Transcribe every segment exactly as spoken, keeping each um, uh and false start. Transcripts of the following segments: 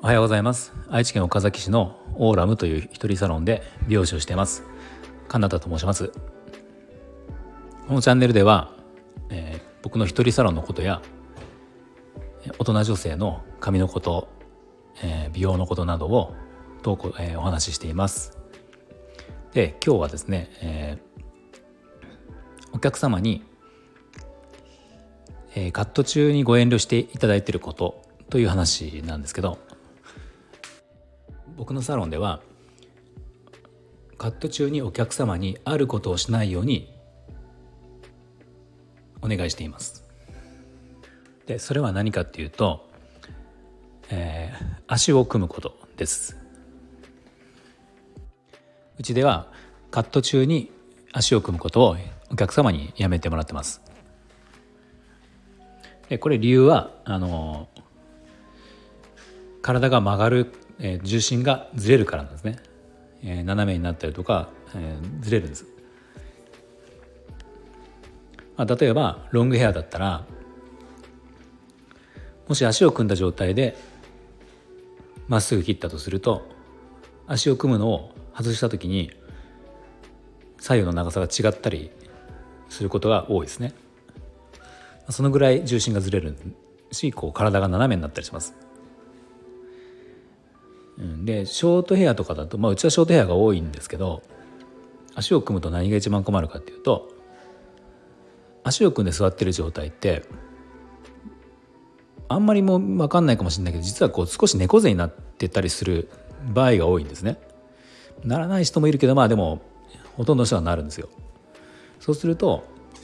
はようございます。愛知県岡崎市のオーラムという一人サロンで美容師をしていますカナダと申します。このチャンネルでは、えー、僕の一人サロンのことや大人女性の髪のこと、えー、美容のことなどを投稿、えー、お話ししています。で、今日はですね、えー、お客様に、えー、カット中にご遠慮していただいていることという話なんですけど、僕のサロンではカット中にお客様にあることをしないようにお願いしています。で、それは何かっていうと、えー、足を組むことです。うちではカット中に足を組むことをお客様にやめてもらってます。で、これ理由はあの体が曲がる、えー、重心がずれるからなんですね。えー、斜めになったりとか、えー、ずれるんです。まあ、例えばロングヘアだったら、もし足を組んだ状態でまっすぐ切ったとすると、足を組むのを外した時に左右の長さが違ったりすることが多いですね。そのぐらい重心がずれるし、こう体が斜めになったりします。で、ショートヘアとかだと、まあ、うちはショートヘアが多いんですけど、足を組むと何が一番困るかっていうと、足を組んで座ってる状態ってあんまりもう分かんないかもしれないけど、実はこう少し猫背になってたりする場合が多いんですね。ならない人もいるけど、まあでもほとんどの人はなるんですよ。そうすると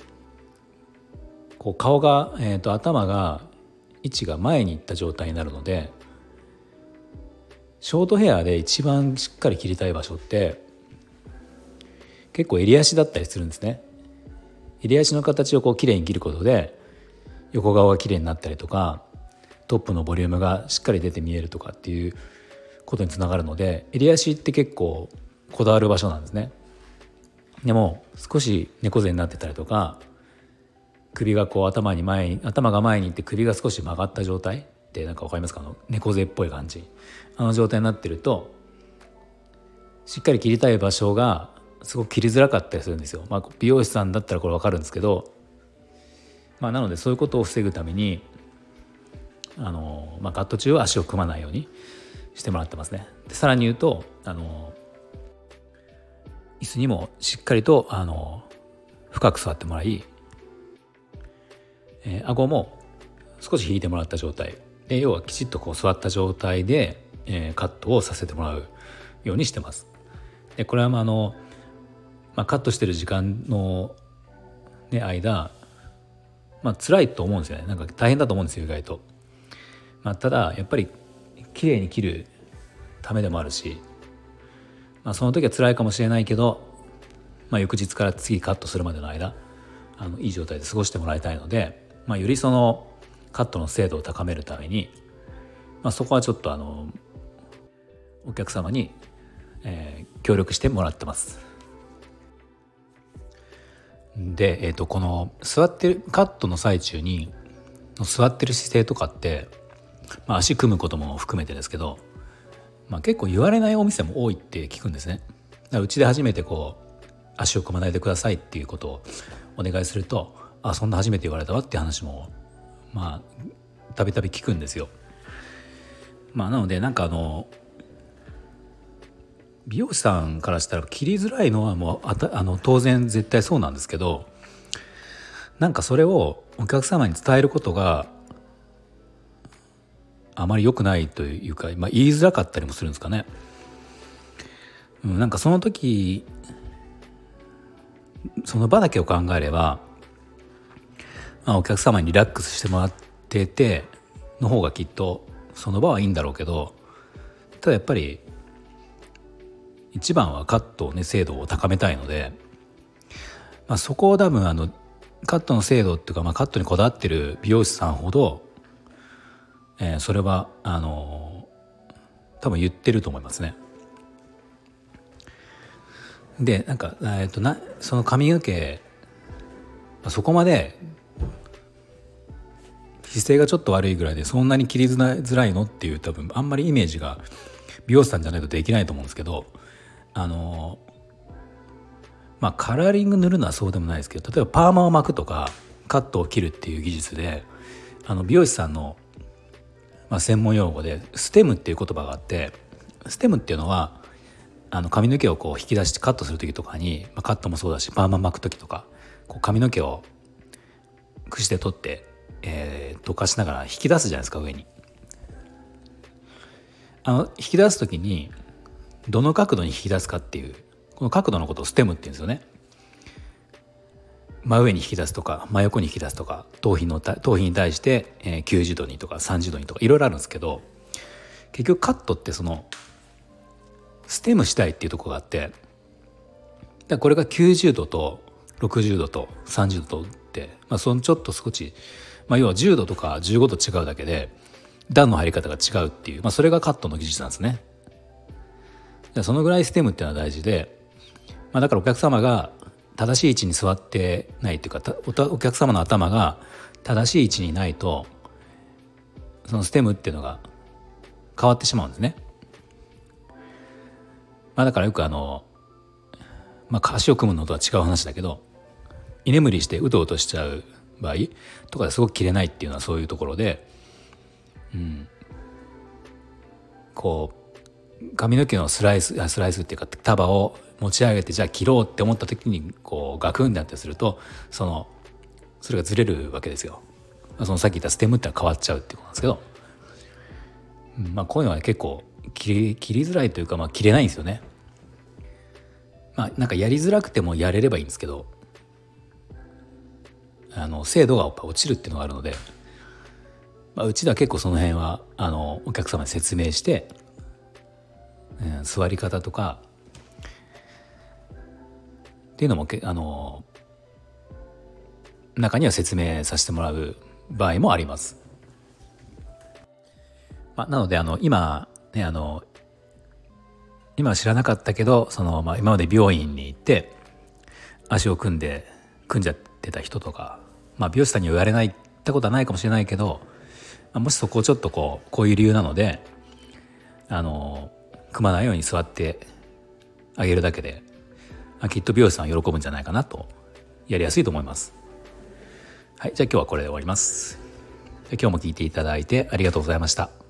こう顔が、えーと、頭が位置が前に行った状態になるので、ショートヘアで一番しっかり切りたい場所って結構襟足だったりするんですね。襟足の形をこう綺麗に切ることで横顔が綺麗になったりとか、トップのボリュームがしっかり出て見えるとかっていうことにつながるので、襟足って結構こだわる場所なんですね。でも少し猫背になってたりとか、首がこう頭に前に頭が前に行って首が少し曲がった状態ってなんか分かりますか？あの猫背っぽい感じ、あの状態になってるとしっかり切りたい場所がすごく切りづらかったりするんですよ。まあ、美容師さんだったらこれ分かるんですけど、まあ、なのでそういうことを防ぐためにあの、まあ、カット中は足を組まないようにしてもらってますね。で、さらに言うと、あの椅子にもしっかりとあの深く座ってもらい、えー、顎も少し引いてもらった状態で、要はきちっとこう座った状態で、えー、カットをさせてもらうようにしてます。で、これはまああの、まあ、カットしてる時間の、ね、間、まあ辛いと思うんですよね。なんか大変だと思うんですよ、意外と。まあ、ただやっぱり綺麗に切るためでもあるし、まあ、その時は辛いかもしれないけど、まあ、翌日から次カットするまでの間、あのいい状態で過ごしてもらいたいので、まあ、よりそのカットの精度を高めるために、まあ、そこはちょっとあのお客様に、えー、協力してもらってます。で、えー、とこの座ってるカットの最中に座ってる姿勢とかって、まあ、足組むことも含めてですけど、まあ、結構言われないお店も多いって聞くんですね。だからうちで初めてこう足を組まないでくださいっていうことをお願いすると、あ、そんな初めて言われたわっていう話もまあたびたび聞くんですよ。まあなのでなんかあの美容師さんからしたら切りづらいのはもうあたあの当然絶対そうなんですけど、なんかそれをお客様に伝えることがあまり良くないというか、まあ、言いづらかったりもするんですかね。うん、なんかその時その場だけを考えれば、まあ、お客様にリラックスしてもらってての方がきっとその場はいいんだろうけど、ただやっぱり一番はカットをね精度を高めたいので、まあ、そこを多分あのカットの精度っていうか、まあ、カットにこだわってる美容師さんほど、えー、それはあのー、多分言ってると思いますね。で、なんか、えー、となその髪の毛そこまで姿勢がちょっと悪いぐらいでそんなに切りづらいのっていう多分あんまりイメージが美容師さんじゃないとできないと思うんですけど、あのまあカラーリング塗るのはそうでもないですけど、例えばパーマを巻くとかカットを切るっていう技術で、あの美容師さんの、まあ、専門用語でステムっていう言葉があって、ステムっていうのはあの髪の毛をこう引き出してカットする時とかに、まあ、カットもそうだしパーマ巻く時とかこう髪の毛を櫛で取って、えー、どかしながら引き出すじゃないですか。上にあの引き出す時にどの角度に引き出すかっていうこの角度のことをステムって言うんですよね。真上に引き出すとか真横に引き出すとか頭皮の頭皮に対して、えー、きゅうじゅうどにとかさんじゅうどにとかいろいろあるんですけど、結局カットってそのステムしたいっていうところがあって、だこれがきゅうじゅうどとろくじゅうどとさんじゅうどとって、まあ、そのちょっと少し、まあ、要はじゅうどとかじゅうごど違うだけで段の入り方が違うっていう、まあ、それがカットの技術なんですね。そのぐらいステムっていうのは大事で、まあ、だからお客様が正しい位置に座ってないっていうか、お客様の頭が正しい位置にないとそのステムっていうのが変わってしまうんですね。まあ、だからよくあの、まあ、足を組むのとは違う話だけど、居眠りしてうとうとしちゃう場合とかですごく切れないっていうのはそういうところで、うん、こう髪の毛のスライススライスっていうか束を持ち上げてじゃあ切ろうって思った時にこうガクンってなったりすると、そのそれがずれるわけですよ。そのさっき言ったステムってのは変わっちゃうっていうことなんですけど、うん、まあこういうのは結構切り、切りづらいというか、まあ切れないんですよね。まあなんかやりづらくてもやれればいいんですけど、あの精度がやっぱ落ちるっていうのがあるので、まあ、うちでは結構その辺はあのお客様に説明して、うん、座り方とかっていうのもけあの中には説明させてもらう場合もあります。まあ、なのであの今ねあの今は知らなかったけどその、まあ、今まで病院に行って足を組んで組んじゃってた人とか、まあ、美容師さんには言われないったことはないかもしれないけど、もしそこをちょっとこうこういう理由なのであの組まないように座ってあげるだけで、まあ、きっと美容師さんは喜ぶんじゃないかなと、やりやすいと思います。はい、じゃあ今日はこれで終わります。今日も聞いていただいてありがとうございました。